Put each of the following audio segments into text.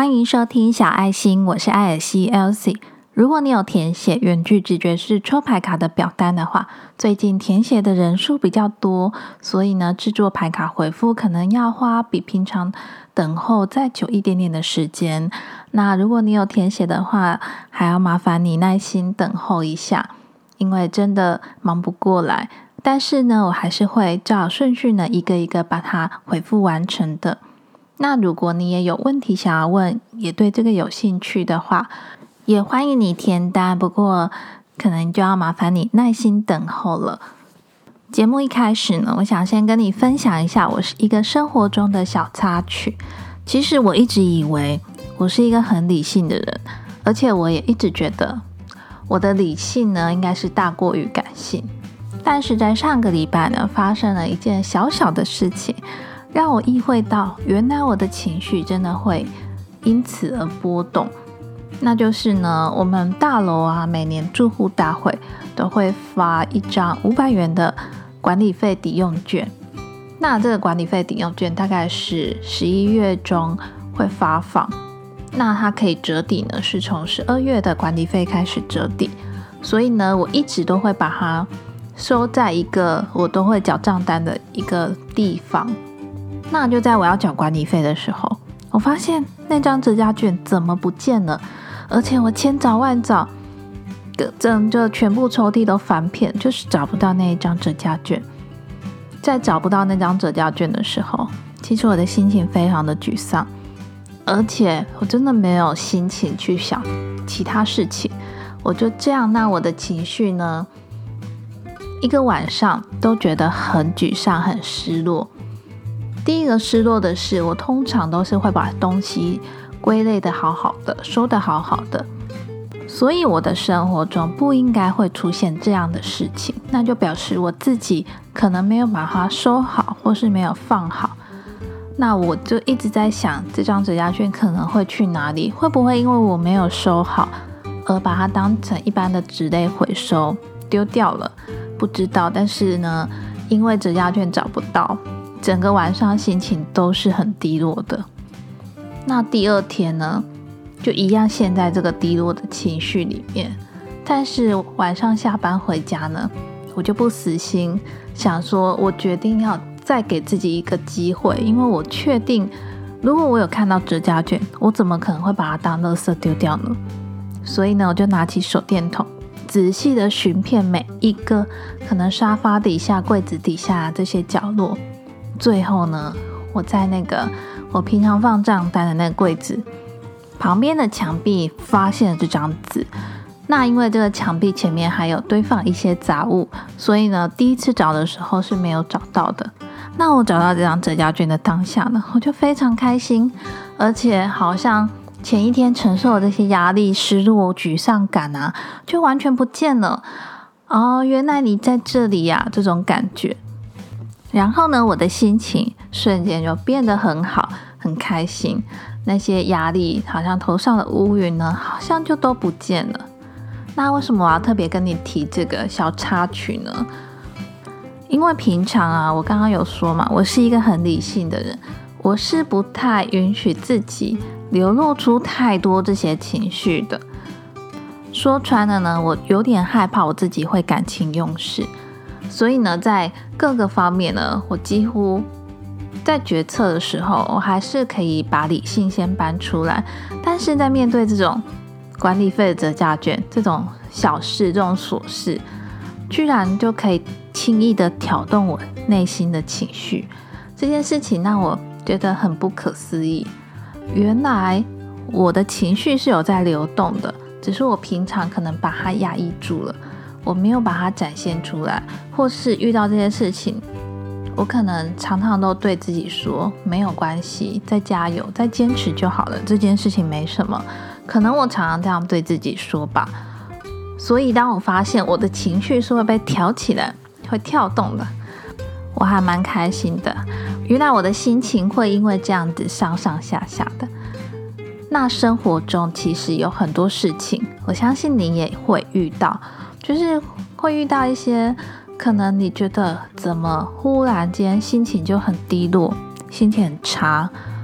欢迎收听小爱心，我是艾尔西 Elsie。如果你有填写远距直觉式抽牌卡的表单的话，最近填写的人数比较多，所以呢，制作牌卡回复可能要花比平常等候再久一点点的时间。那如果你有填写的话，还要麻烦你耐心等候一下，因为真的忙不过来。但是呢，我还是会照顺序呢，一个一个把它回复完成的。那如果你也有问题想要问，也对这个有兴趣的话，也欢迎你填单，不过可能就要麻烦你耐心等候了。节目一开始呢，我想先跟你分享一下我是一个生活中的小插曲。其实我一直以为我是一个很理性的人，而且我也一直觉得我的理性呢应该是大过于感性。但是在上个礼拜呢，发生了一件小小的事情，让我意会到原来我的情绪真的会因此而波动。那就是呢，我们大楼啊，每年住户大会都会发一张500元的管理费抵用券。那这个管理费抵用券大概是11月中会发放，那它可以折抵呢，是从12月的管理费开始折抵。所以呢，我一直都会把它收在一个我都会缴账单的一个地方。那就在我要缴管理费的时候，我发现那张折价券怎么不见了，而且我千找万找，就全部抽屉都翻遍，就是找不到那一张折价券。在找不到那张折价券的时候，其实我的心情非常的沮丧，而且我真的没有心情去想其他事情。我就这样，那我的情绪呢，一个晚上都觉得很沮丧很失落。第一个失落的是，我通常都是会把东西归类的好好的，收的好好的，所以我的生活中不应该会出现这样的事情，那就表示我自己可能没有把它收好，或是没有放好。那我就一直在想，这张折价券可能会去哪里？会不会因为我没有收好，而把它当成一般的纸类回收丢掉了？不知道。但是呢，因为折价券找不到，整个晚上心情都是很低落的。那第二天呢，就一样陷在这个低落的情绪里面。但是晚上下班回家呢，我就不死心，想说我决定要再给自己一个机会，因为我确定如果我有看到折价券，我怎么可能会把它当垃圾丢掉呢？所以呢，我就拿起手电筒，仔细的寻遍每一个可能沙发底下、柜子底下这些角落。最后呢，我在那个我平常放账单的那个柜子旁边的墙壁发现了这张纸。那因为这个墙壁前面还有堆放一些杂物，所以呢，第一次找的时候是没有找到的。那我找到这张折价券的当下呢，我就非常开心，而且好像前一天承受的这些压力、失落、沮丧感啊，就完全不见了。哦，原来你在这里呀，这种感觉。然后呢，我的心情瞬间就变得很好，很开心。那些压力好像头上的乌云呢，好像就都不见了。那为什么我要特别跟你提这个小插曲呢？因为平常啊，我刚刚有说嘛，我是一个很理性的人，我是不太允许自己流露出太多这些情绪的。说穿了呢，我有点害怕我自己会感情用事。所以呢，在各个方面呢，我几乎在决策的时候，我还是可以把理性先搬出来。但是在面对这种管理费的折价券，这种小事、这种琐事，居然就可以轻易的挑动我内心的情绪，这件事情让我觉得很不可思议。原来我的情绪是有在流动的，只是我平常可能把它压抑住了，我没有把它展现出来，或是遇到这些事情，我可能常常都对自己说没有关系，再加油，再坚持就好了，这件事情没什么。可能我常常这样对自己说吧。所以当我发现我的情绪是会被挑起来，会跳动的，我还蛮开心的。原来我的心情会因为这样子上上下下的。那生活中其实有很多事情，我相信你也会遇到，就是会遇到一些可能你觉得怎么忽然间心情就很低落，心情很差，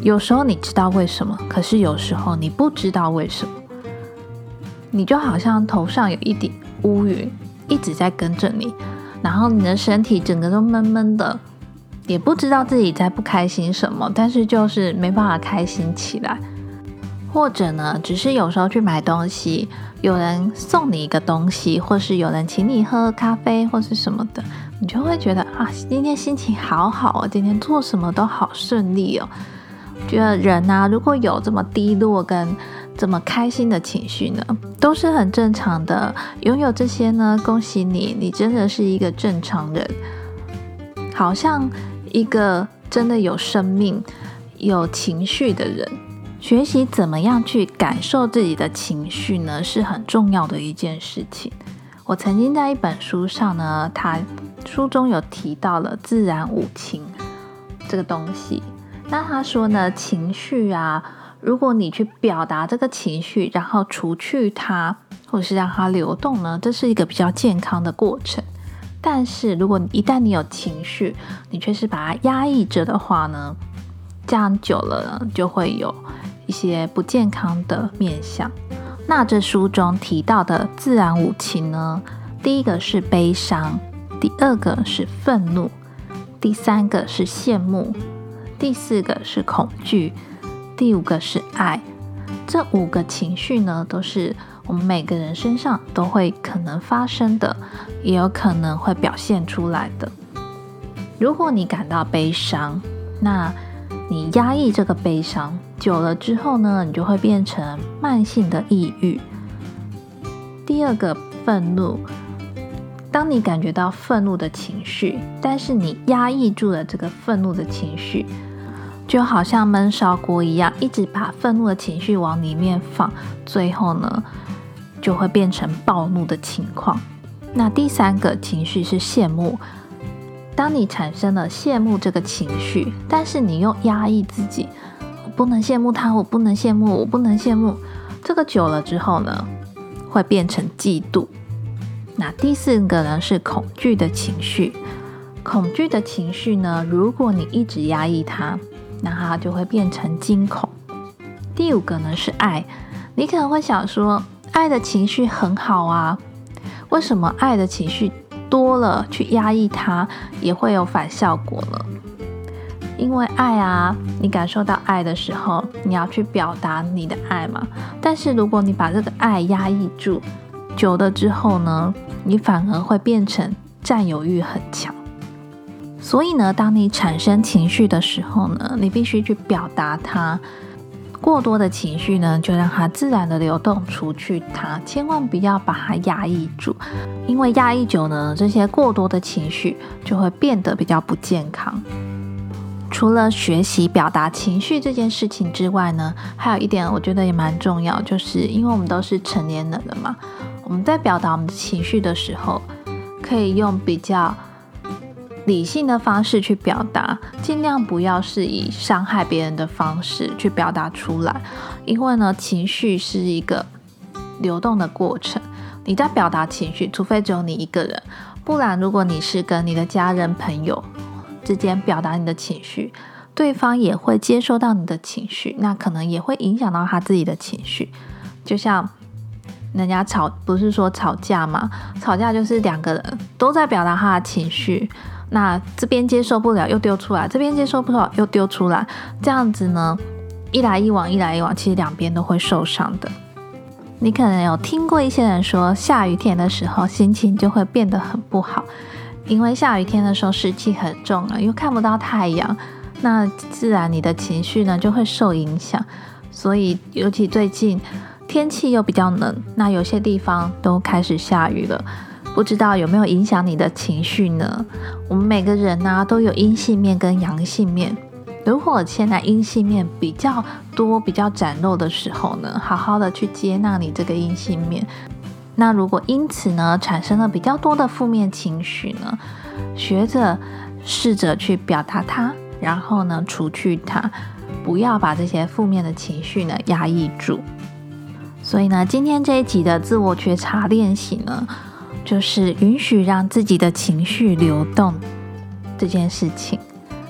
有时候你知道为什么，可是有时候你不知道为什么。你就好像头上有一顶乌云一直在跟着你，然后你的身体整个都闷闷的，也不知道自己在不开心什么，但是就是没办法开心起来。或者呢，只是有时候去买东西，有人送你一个东西，或是有人请你喝咖啡或是什么的，你就会觉得今天心情好好哦，今天做什么都好顺利哦。觉得人啊，如果有这么低落跟这么开心的情绪呢，都是很正常的。拥有这些呢，恭喜你，你真的是一个正常人，好像一个真的有生命、有情绪的人。学习怎么样去感受自己的情绪呢，是很重要的一件事情。我曾经在一本书上呢，书中有提到了自然五情这个东西。那他说呢，情绪啊，如果你去表达这个情绪，然后除去它，或者是让它流动呢，这是一个比较健康的过程。但是如果一旦你有情绪，你却是把它压抑着的话呢，这样久了呢，就会有一些不健康的面向。那这书中提到的自然五情呢，第一个是悲伤，第二个是愤怒，第三个是羡慕，第四个是恐惧，第五个是爱。这5个情绪呢，都是我们每个人身上都会可能发生的，也有可能会表现出来的。如果你感到悲伤，那你压抑这个悲伤久了之后呢，你就会变成慢性的抑郁。第二个，愤怒。当你感觉到愤怒的情绪，但是你压抑住了这个愤怒的情绪，就好像焖烧锅一样，一直把愤怒的情绪往里面放，最后呢，就会变成暴怒的情况。那第三个情绪是羡慕。当你产生了羡慕这个情绪，但是你又压抑自己，我不能羡慕他，我不能羡慕，我不能羡慕，这个久了之后呢，会变成嫉妒。那第四个呢，是恐惧的情绪。恐惧的情绪呢，如果你一直压抑它，那它就会变成惊恐。第5个呢，是爱。你可能会想说，爱的情绪很好啊，为什么爱的情绪多了去压抑它也会有反效果呢？因为爱啊，你感受到爱的时候，你要去表达你的爱嘛。但是如果你把这个爱压抑住，久了之后呢，你反而会变成占有欲很强。所以呢，当你产生情绪的时候呢，你必须去表达它。过多的情绪呢，就让它自然的流动出去它，千万不要把它压抑住，因为压抑久呢，这些过多的情绪就会变得比较不健康。除了学习表达情绪这件事情之外呢，还有一点我觉得也蛮重要，就是因为我们都是成年人了嘛，我们在表达我们的情绪的时候，可以用比较理性的方式去表达，尽量不要是以伤害别人的方式去表达出来。因为呢，情绪是一个流动的过程，你在表达情绪，除非只有你一个人，不然如果你是跟你的家人朋友之间表达你的情绪，对方也会接收到你的情绪，那可能也会影响到他自己的情绪。就像人家不是说吵架吗？吵架就是2个人都在表达他的情绪，那这边接受不了又丢出来，这边接受不了又丢出来，这样子呢，一来一往，其实2边都会受伤的。你可能有听过一些人说，下雨天的时候心情就会变得很不好，因为下雨天的时候湿气很重了，又看不到太阳，那自然你的情绪呢就会受影响。所以尤其最近天气又比较冷，那有些地方都开始下雨了，不知道有没有影响你的情绪呢？我们每个人啊都有阴性面跟阳性面，如果现在阴性面比较多、比较展露的时候呢，好好的去接纳你这个阴性面。那如果因此呢产生了比较多的负面情绪呢，试着去表达它，然后呢除去它，不要把这些负面的情绪呢压抑住。所以呢，今天这一集的自我觉察练习呢，就是允许让自己的情绪流动这件事情。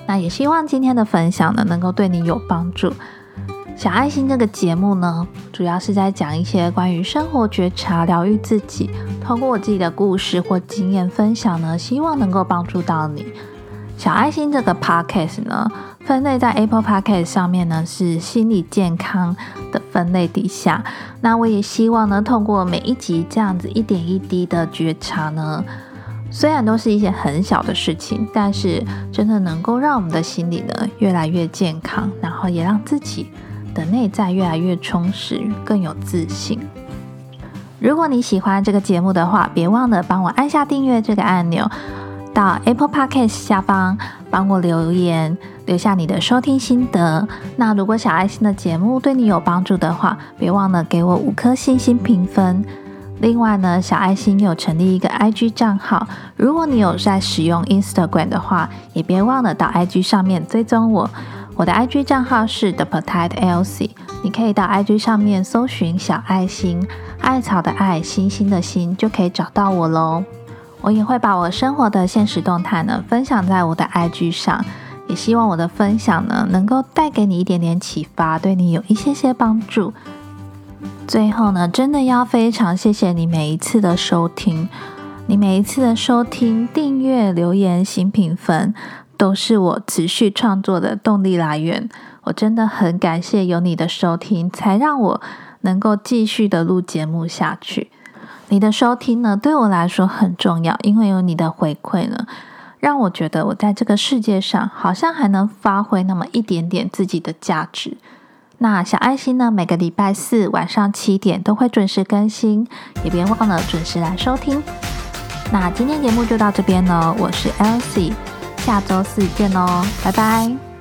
那也希望今天的分享呢能够对你有帮助。小爱心这个节目呢，主要是在讲一些关于生活觉察、疗愈自己，透过我自己的故事或经验分享呢，希望能够帮助到你。小爱心这个 podcast 呢，分类在 Apple Podcast 上面呢是心理健康的分类底下。那我也希望呢，透过每一集这样子一点一滴的觉察呢，虽然都是一些很小的事情，但是真的能够让我们的心理呢越来越健康，然后也让自己的内在越来越充实，更有自信。如果你喜欢这个节目的话，别忘了帮我按下订阅这个按钮，到 Apple Podcast 下方帮我留言，留下你的收听心得。那如果小爱心的节目对你有帮助的话，别忘了给我5颗星星评分。另外呢，小爱心有成立一个 IG 账号，如果你有在使用 Instagram 的话，也别忘了到 IG 上面追踪我。我的 IG 账号是 The Petite Elsie， 你可以到 IG 上面搜寻小爱心，艾草的艾，星星的星，就可以找到我咯。我也会把我生活的现实动态呢分享在我的 IG 上，也希望我的分享呢能够带给你一点点启发，对你有一些帮助。最后呢，真的要非常谢谢你每一次的收听，你每一次的收听、订阅、留言、新评分，都是我持续创作的动力来源。我真的很感谢有你的收听，才让我能够继续的录节目下去。你的收听呢，对我来说很重要，因为有你的回馈呢，让我觉得我在这个世界上好像还能发挥那么一点点自己的价值。那小爱心呢，每个礼拜4晚上7点都会准时更新，也别忘了准时来收听。那今天节目就到这边咯，我是 Elsie， 下周4见咯，拜拜。